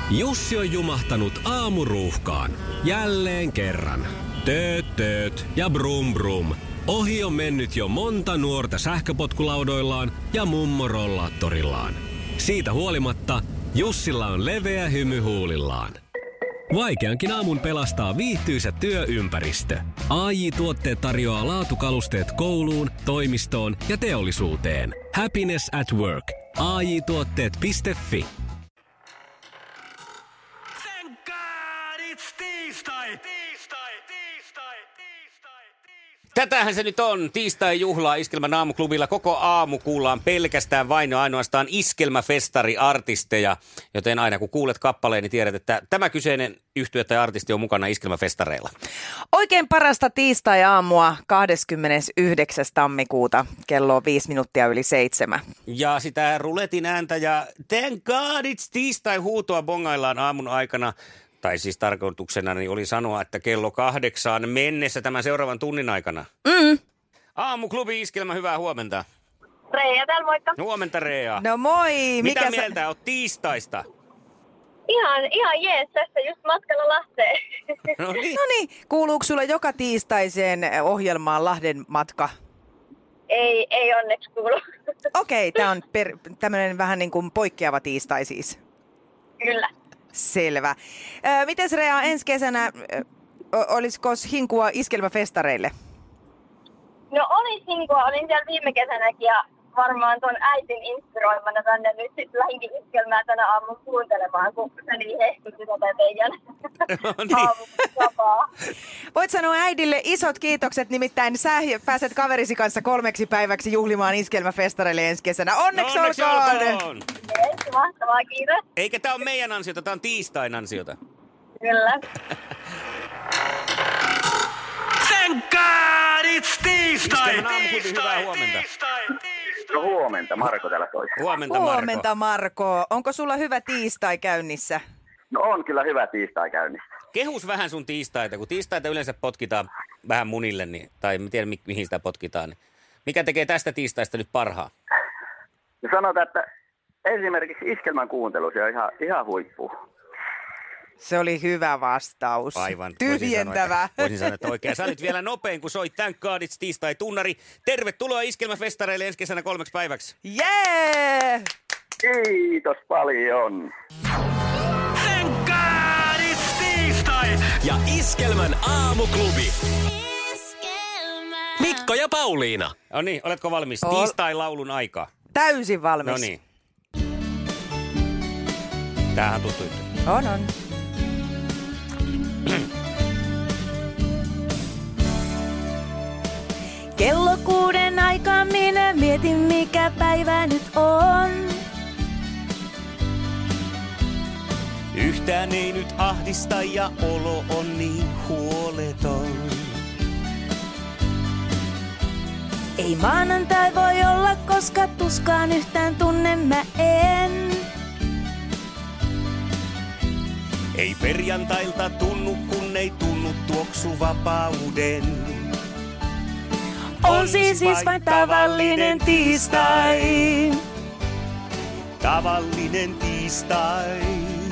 Jussi on jumahtanut aamuruuhkaan. Jälleen kerran. Tööt ja brum brum. Ohi on mennyt jo monta nuorta sähköpotkulaudoillaan ja mummorollaattorillaan. Siitä huolimatta Jussilla on leveä hymy huulillaan. Vaikeankin aamun pelastaa viihtyisä työympäristö. AJ-tuotteet tarjoaa laatukalusteet kouluun, toimistoon ja teollisuuteen. Happiness at work. AJ-tuotteet.fi. Thank God it's tiistai! Tätähän se nyt on. Tiistai-juhlaa Iskelmän aamuklubilla. Koko aamu kuullaan pelkästään vain ja ainoastaan Iskelmäfestari-artisteja. Joten aina kun kuulet kappaleen, niin tiedät, että tämä kyseinen yhtye tai artisti on mukana Iskelmäfestareilla. Oikein parasta tiistai-aamua 29. tammikuuta kello 7:05. Ja sitä ruletin ääntä ja thank God it's tiistai-huutoa bongaillaan aamun aikana. Tai siis tarkoituksena niin oli sanoa, että kello 8 mennessä tämän seuraavan tunnin aikana. Aamuklubi Iskelmä, hyvää huomenta. Reija täällä, moikka. Huomenta, Rea. No moi! Mitä mieltä oot tiistaista? Ihan jees, tässä just matkalla Lahteen. No niin, kuuluuko sulle joka tiistaiseen ohjelmaan Lahden matka? Ei onneksi kuulu. Okei, tää on tämmönen vähän niin kuin poikkeava tiistai siis. Kyllä. Selvä. Mites Rea, ensi kesänä olisiko hinkua Iskelmäfestareille? No olis hinkua, olin siellä viime kesänäkin ja varmaan ton äitin inspiroimana tänne nyt sitten lähinkin Iskelmää tänä aamun kuuntelemaan, kun se niin hehkutti tätä teidän aamukapaa. Voit sanoa äidille isot kiitokset, nimittäin sä pääset kaverisi kanssa 3 päiväksi juhlimaan Iskelmäfestareille ensi kesänä. Onneksi olkoon! Yes, mahtavaa, kiitos. Eikä tää ole meidän ansiota, tää on tiistain ansiota. Kyllä. Thank God it's tiistai! Iskelmän aamuklubi, hyvää huomenta. No huomenta, Marko täällä toisessa. Huomenta, Marko. Huomenta, Marko. Onko sulla hyvä tiistai käynnissä? No on kyllä hyvä tiistai käynnissä. Kehus vähän sun tiistaita, kun tiistaita yleensä potkitaan vähän munille, niin, tai en tiedä mihin sitä potkitaan. Niin. Mikä tekee tästä tiistaista nyt parhaan? Ja sanotaan, että esimerkiksi Iskelmän kuuntelu, se on ihan huippu. Se oli hyvä vastaus. Aivan. Tyhjentävä. Voisin sanoa, että oikein. Sä olit vielä nopein, kun soit Thank God It's tiistai-tunnari. Tervetuloa Iskelmäfestareille ensi kesänä 3 päiväksi. Jee! Kiitos paljon. Thank God it's tiistai! Ja Iskelmän aamuklubi. Mikko ja Pauliina. No niin, oletko valmis? Ol- Tiistai-laulun aika. Täysin valmis. No niin. Tämähän on tuttu juttu. On. Kello 6 aikaan minä mietin, mikä päivä nyt on. Yhtään ei nyt ahdista ja olo on niin huoleton. Ei maanantai voi olla, koska tuskaan yhtään tunne mä en. Ei perjantailta tunnu, kun ei tunnu tuoksu vapauden. On siis vain tavallinen tiistai. Tavallinen tiistai.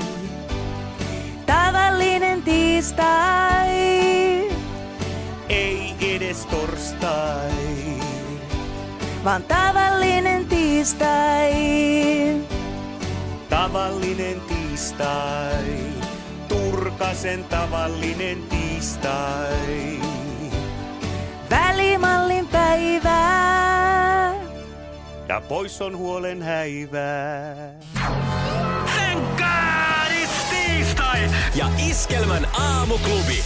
Tavallinen tiistai. Ei edes torstai. Vaan tavallinen tiistai. Tavallinen tiistai. Turkasen tavallinen tiistai. Välimallin päivää. Ja pois on huolen häivää. Thank God it's tiistai! Ja Iskelmän aamuklubi.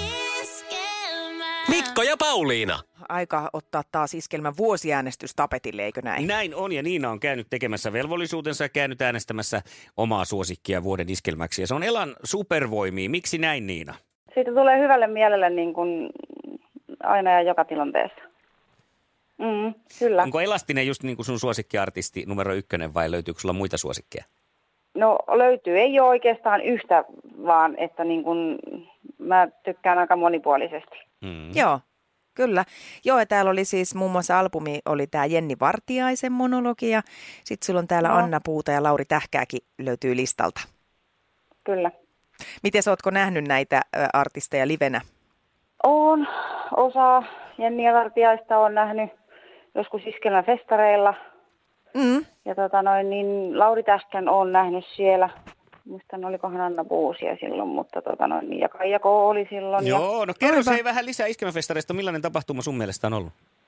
Mikko ja Pauliina. Aika ottaa taas Iskelmän vuosiäänestys tapetille, eikö näin? Näin on, ja Niina on käynyt tekemässä velvollisuutensa ja käynyt äänestämässä omaa suosikkia vuoden iskelmäksi. Ja se on Elan supervoimia. Miksi näin, Niina? Siitä tulee hyvälle mielelle niin kuin aina ja joka tilanteessa. Kyllä. Onko Elastinen just niin kuin sun suosikkiartisti numero 1 vai löytyykö sulla muita suosikkeja? No löytyy. Ei ole oikeastaan yhtä, vaan että niin kuin mä tykkään aika monipuolisesti. Joo, kyllä. Joo, ja täällä oli siis muun muassa albumi, oli tämä Jenni Vartiaisen monologi ja sitten sulla on täällä Anna Puuta ja Lauri Tähkääkin löytyy listalta. kyllä. Miten ootko nähnyt näitä artisteja livenä? Oon. Osa Jenni ja Vartiaista on nähnyt joskus Iskelmäfestareilla. Ja niin Lauri Tähkän on nähnyt siellä. Muistan, olikohan Anna Puusia silloin, mutta ja Kaija K. oli silloin. Joo, no kerro se vähän lisää Iskelmäfestareista. Millainen tapahtuma sun mielestä on ollut?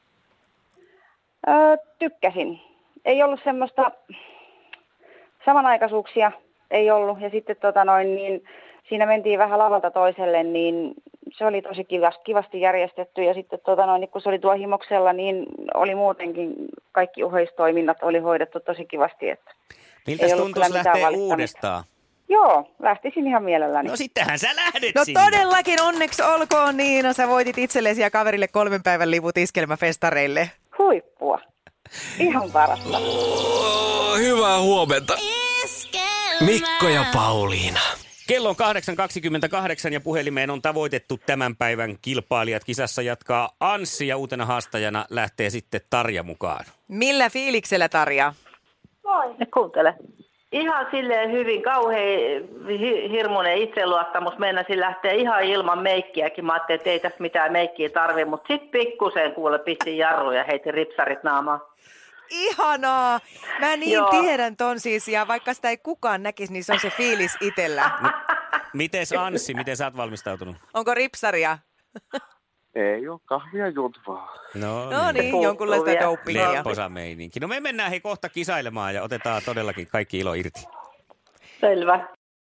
Tykkäsin. Ei ollut semmoista samanaikaisuuksia, ei ollut. Ja sitten niin siinä mentiin vähän lavalta toiselle, niin se oli tosi kivasti järjestetty. Ja sitten kun se oli tuo Himoksella, niin oli muutenkin kaikki uheistoiminnat oli hoidettu tosi kivasti. Että miltä tuntuisi lähteä uudestaan? Joo, lähtisin ihan mielelläni. No sittenhän sä lähdet No sinne. todellakin, onneksi olkoon Niina. Sä voitit itsellesi ja kaverille 3 päivän liput Iskelmäfestareille. Huippua. Ihan parasta. Hyvää huomenta. Mikko ja Pauliina. Kello on 8.28 ja puhelimeen on tavoitettu tämän päivän kilpailijat. Kisassa jatkaa Anssi ja uutena haastajana lähtee sitten Tarja mukaan. Millä fiiliksellä, Tarja? Moi. Kuuntele. Ihan silleen hyvin, kauhean hirmuinen itseluottamus. Meinasin lähteä ihan ilman meikkiäkin. Mä ajattelin, että ei tässä mitään meikkiä tarvitse, mutta sitten pikkusen pistin jarruja ja heitin ripsarit naamaan. Ihanaa! Mä niin tiedän ton siis, ja vaikka sitä ei kukaan näkisi, niin se on se fiilis itsellä. Mites Anssi, miten sä oot valmistautunut? Onko ripsaria? Ei ole, kahvia juot vaan. No niin, jonkunlaista dopingia. Lepposa meininki. No me mennään kohta kisailemaan ja otetaan todellakin kaikki ilo irti. Selvä.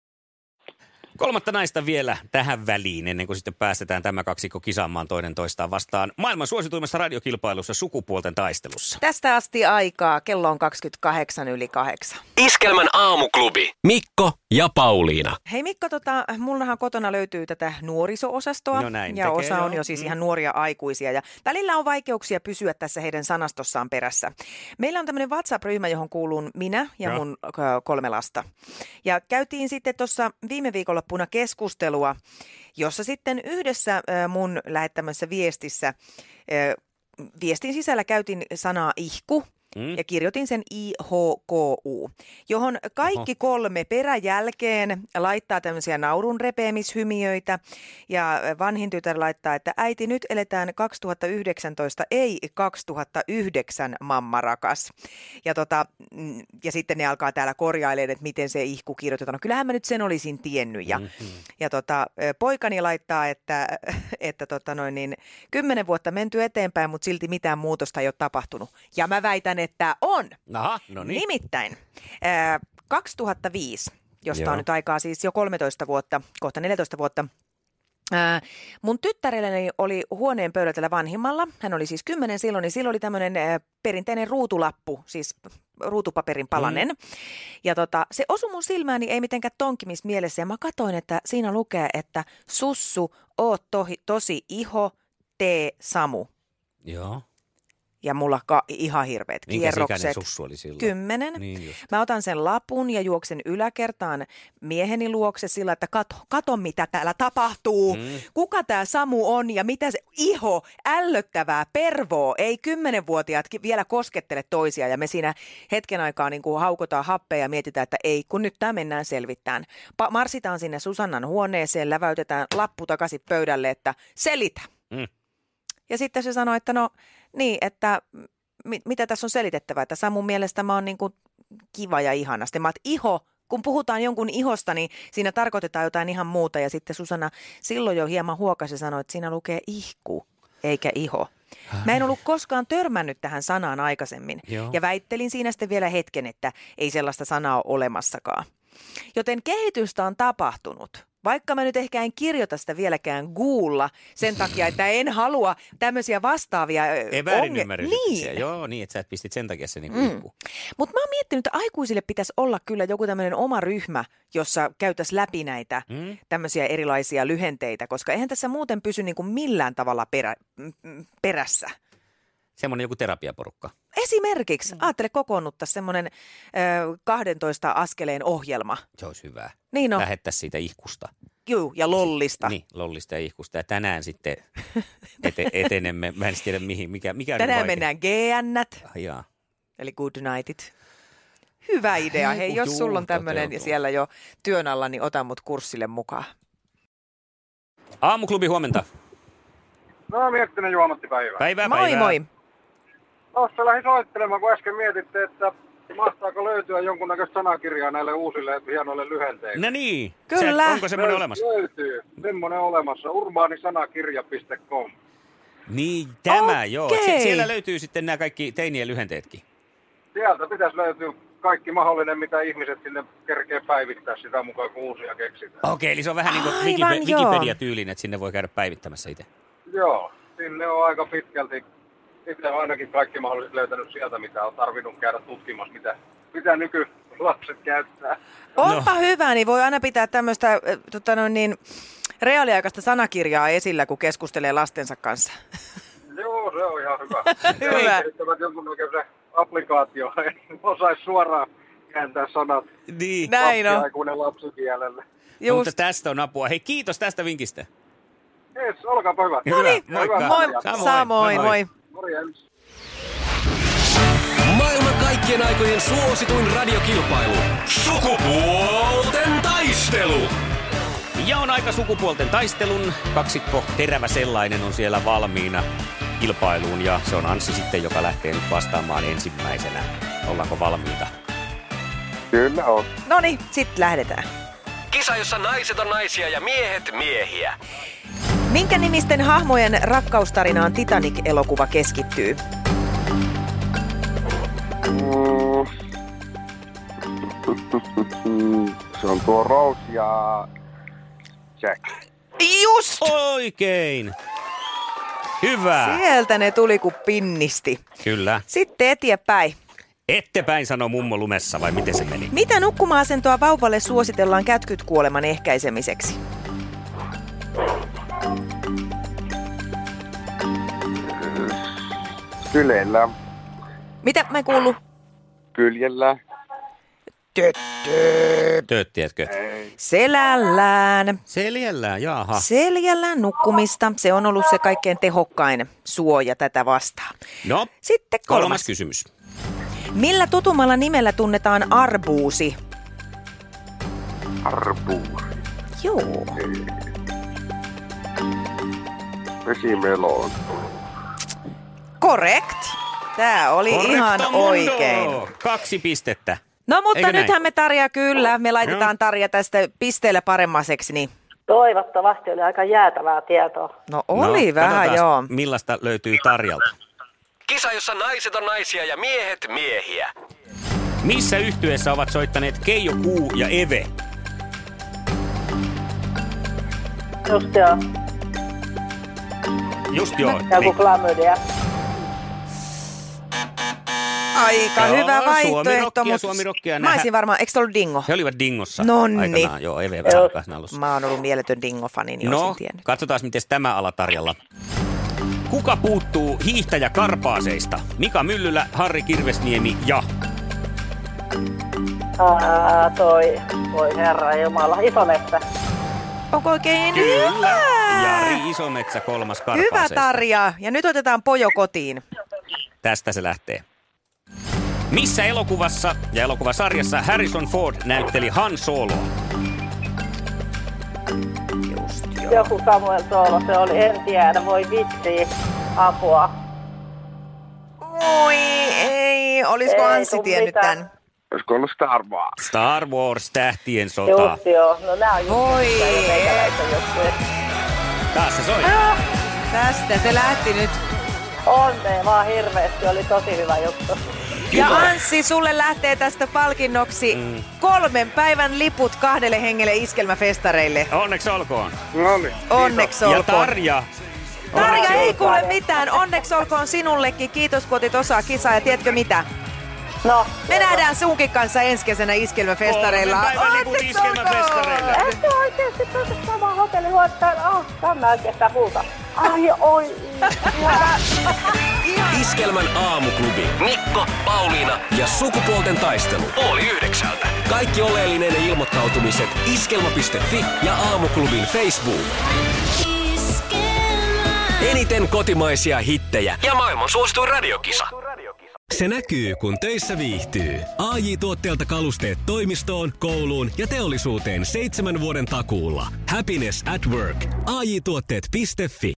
3 naista vielä tähän väliin, ennen kuin sitten päästetään tämä kaksikko kisaamaan toinen toistaan vastaan maailman suosituimmassa radiokilpailussa Sukupuolten taistelussa. Tästä asti aikaa, kello on 8:28. Iskelmän aamuklubi. Mikko ja Pauliina. Hei Mikko, mullahan kotona löytyy tätä nuoriso-osastoa. No näin ja tekee, osa on joo. jo siis ihan nuoria aikuisia. Ja välillä on vaikeuksia pysyä tässä heidän sanastossaan perässä. Meillä on tämmöinen WhatsApp-ryhmä, johon kuuluu minä ja mun 3 lasta. Ja käytiin sitten tuossa viime viikolla keskustelua, jossa sitten yhdessä mun lähettämässä viestissä, viestin sisällä käytin sanaa ihku ja kirjoitin sen IHKU, johon kaikki 3 peräjälkeen laittaa tämmöisiä naurun repeämishymiöitä ja vanhin tytär laittaa, että äiti nyt eletään 2019, ei 2009 mamma rakas. Ja sitten ne alkaa täällä korjailemaan, että miten se ihku kirjoitetaan. No kyllähän mä nyt sen olisin tiennyt. Ja poikani laittaa, että 10 vuotta menty eteenpäin, mutta silti mitään muutosta ei ole tapahtunut. Ja mä väitän, että on. Aha, no niin. Nimittäin 2005, josta on nyt aikaa siis jo 13 vuotta, kohta 14 vuotta. Mun tyttärelleni oli huoneen pöydällä vanhimmalla, hän oli siis 10 silloin, niin silloin oli tämmöinen perinteinen ruutulappu, siis ruutupaperin palanen. Ja se osui mun silmääni ei mitenkään tonkimismielessä ja mä katsoin, että siinä lukee, että sussu, oot tosi iho, tee Samu. Joo. Ja mulla ihan hirveät kierrokset. Minkä sussu oli silloin? 10. Niin mä otan sen lapun ja juoksen yläkertaan mieheni luokse sillä, että kato mitä täällä tapahtuu. Kuka tää Samu on ja mitä se iho, ällöttävää pervoo. Ei 10-vuotiaat vielä koskettele toisia ja me siinä hetken aikaa niin kuin haukotaan happea ja mietitään, että ei, kun nyt tää mennään selvittämään. Marsitaan sinne Susannan huoneeseen, läväytetään lappu takaisin pöydälle, että selitä. Ja sitten se sanoi, että no niin, että mitä tässä on selitettävää, että Samun mielestä mä oon niin kuin kiva ja ihana. Sitten mä oon, iho, kun puhutaan jonkun ihosta, niin siinä tarkoitetaan jotain ihan muuta. Ja sitten Susanna silloin jo hieman huokasi ja sanoi, että siinä lukee ihku eikä iho. Mä en ollut koskaan törmännyt tähän sanaan aikaisemmin. Joo. Ja väittelin siinä sitten vielä hetken, että ei sellaista sanaa ole olemassakaan. Joten kehitystä on tapahtunut. Vaikka mä nyt ehkä en kirjoita sitä vieläkään Googlella sen takia, että en halua tämmöisiä vastaavia väärinymmärryksiä. Joo, niin, että sä et pistit sen takia se niin kuin Mutta mä oon miettinyt, että aikuisille pitäisi olla kyllä joku tämmöinen oma ryhmä, jossa käytäisiin läpi näitä tämmöisiä erilaisia lyhenteitä, koska eihän tässä muuten pysy niin kuin millään tavalla perässä. Semmoinen joku terapiaporukka. Esimerkiksi, ajattele kokoonnuttaa semmoinen 12 askeleen ohjelma. Se olisi hyvä. Niin on. Lähettäisiin siitä ihkusta. Juu, ja lollista. Niin, lollista ja ihkusta. Ja tänään sitten etenemme, mä en tiedä mikä tänään mennään GN:t, Jaa. eli Good Nightit. hyvä idea. Hei, jos Juu, sulla on tämmöinen toteutuu. siellä jo työn alla, niin ota mut kurssille mukaan. Aamuklubi, huomenta. No, Miettinen Juha-Matti päivää. Päivää, Moi päivää. moi. Tuossa lähdin soittelemaan, kun äsken mietitte, että mahtaako löytyä jonkunnäköistä sanakirjaa näille uusille hienoille lyhenteille. No niin. Kyllä. Onko semmoinen olemassa? Löytyy. Semmoinen olemassa. Urbaanisanakirja.com. Niin, tämä joo. Okei. Siellä löytyy sitten nämä kaikki teinien lyhenteetkin. Sieltä pitäisi löytyä kaikki mahdollinen, mitä ihmiset sinne kerkee päivittää sitä mukaan, kun uusia keksitään. Okei, eli se on vähän niin kuin Aivan, joo. Wikipedia-tyylinen, että sinne voi käydä päivittämässä itse. Joo, sinne on aika pitkälti. Itse olen ainakin kaikki mahdolliset löytänyt sieltä, mitä on tarvinnut käydä tutkimassa, mitä nykylapset käyttää. Onpa hyvä, niin voi aina pitää tämmöistä reaaliaikaista sanakirjaa esillä, kun keskustelee lastensa kanssa. Joo, se on ihan hyvä. Hyvä. Kehittävät jonkunnäköisen applikaatio, osaisi suoraan kääntää sanat Niin. Näin on. lapsiaikuinen lapsikielelle. No, mutta tästä on apua. Hei, kiitos tästä vinkistä. Yes, olkaapa hyvä. Hyvä, Noniin, moikka. moi. Samoin, Moi. Morjens. Maailman kaikkien aikojen suosituin radiokilpailu. Sukupuolten taistelu. Ja on aika sukupuolten taistelun. Kaksikko, terävä sellainen, on siellä valmiina kilpailuun. Ja se on Anssi sitten, joka lähtee nyt vastaamaan ensimmäisenä. Ollaanko valmiita? Kyllä on. Noniin, sit lähdetään. Kisa, jossa naiset on naisia ja miehet miehiä. Minkä nimisten hahmojen rakkaustarinaan Titanic-elokuva keskittyy? Se on tuo Rose ja Jack. Just! Oikein! Hyvä! Sieltä ne tuli kuin pinnisti. Kyllä. Sitten eteenpäin. Ettepäin sano mummo lumessa, vai miten se meni? Mitä nukkuma-asentoa vauvalle suositellaan kätkytkuoleman ehkäisemiseksi? Kyljellä. Mitä mä kuullut? Kyljellä. Tööttiätkö? Selällään. Seljällään, jaha. Seljällään nukkumista. Se on ollut se kaikkein tehokkain suoja tätä vastaan. No, Sitten kolmas kolmas. kysymys. Millä tutumalla nimellä tunnetaan arbuusi? Arbuus. Joo. Vesimelon. Correct. Tää oli ihan Correcto mundo. oikein. 2 pistettä. No mutta Eikö näin? nythän me Tarja kyllä. Me laitetaan Tarja tästä pisteellä paremmaseksi. Niin. Toivottavasti oli aika jäätävää tietoa. No oli vähän katsotaan, joo. millaista löytyy Tarjalta. Kisa, jossa naiset on naisia ja miehet miehiä. Missä yhtyeessä ovat soittaneet Keijo Kuu ja Eve? Just joo. Just joo. Joku klamydia. Aika Joo, hyvä vaihtoehto. Suomi-rockia. Mä olisin varmaan, eikö se ollut Dingo? He olivat Dingossa Nonni. aikanaan. Joo, Eve vähän aikaa alussa. Mä oon ollut mieletön Dingo-fani, niin No, olisin tiennyt. katsotaan miten tämä ala Tarjalla. Kuka puuttuu hiihtäjä Karpaaseista? Mika Myllylä, Harri Kirvesniemi ja... Voi herra jumala, Isometsä. Onko oikein Kyllä. hyvä? Jari Isometsä, kolmas Hyvä Karpaaseista. Tarja. Ja nyt otetaan pojo kotiin. Tästä se lähtee. Missä elokuvassa ja elokuvasarjassa Harrison Ford näytteli Han Soloa? Joku Samuel Solo, se oli, en tiedä, voi vitsi, apua. Oi ei, olisiko Ei Anssi tuu tiennyt mitään. tän? Olisiko ollut Star Wars? Star Wars, tähtien sota. Just joo, no nää on just Voi meikäläisen juttuja. Taas se soi. Tästä se lähti nyt. Onnea vaan hirveästi, oli tosi hyvä juttu. Ja Anssi, sulle lähtee tästä palkinnoksi 3 päivän liput 2 hengelle iskelmäfestareille. Onneksi olkoon. No niin. Onneksi Ja olkoon. Tarja. Tarja ei kuule mitään. Onneksi olkoon sinullekin. Kiitos, kun otit osaa kisaa. Ja tiedätkö mitä? No, Me nähdään sunkin kanssa ensi kesänä iskelmäfestareilla. 3 päivän liput Onneksi iskelmäfestareille. olkoon! eikö oikeesti tuossa sama hotellihuottaan? Tänne oikeastaan huuta. Ai oi. Iskelmän aamuklubi. Mikko, Pauliina ja sukupuolten taistelu. 8:30. Kaikki oleellinen ilmoittautumiset iskelma.fi ja aamuklubin Facebook. Eniten kotimaisia hittejä ja maailman suosituin radiokisa. Se näkyy, kun töissä viihtyy. AJ-tuotteelta kalusteet toimistoon, kouluun ja teollisuuteen 7 vuoden takuulla. Happiness at work. AJ-tuotteet.fi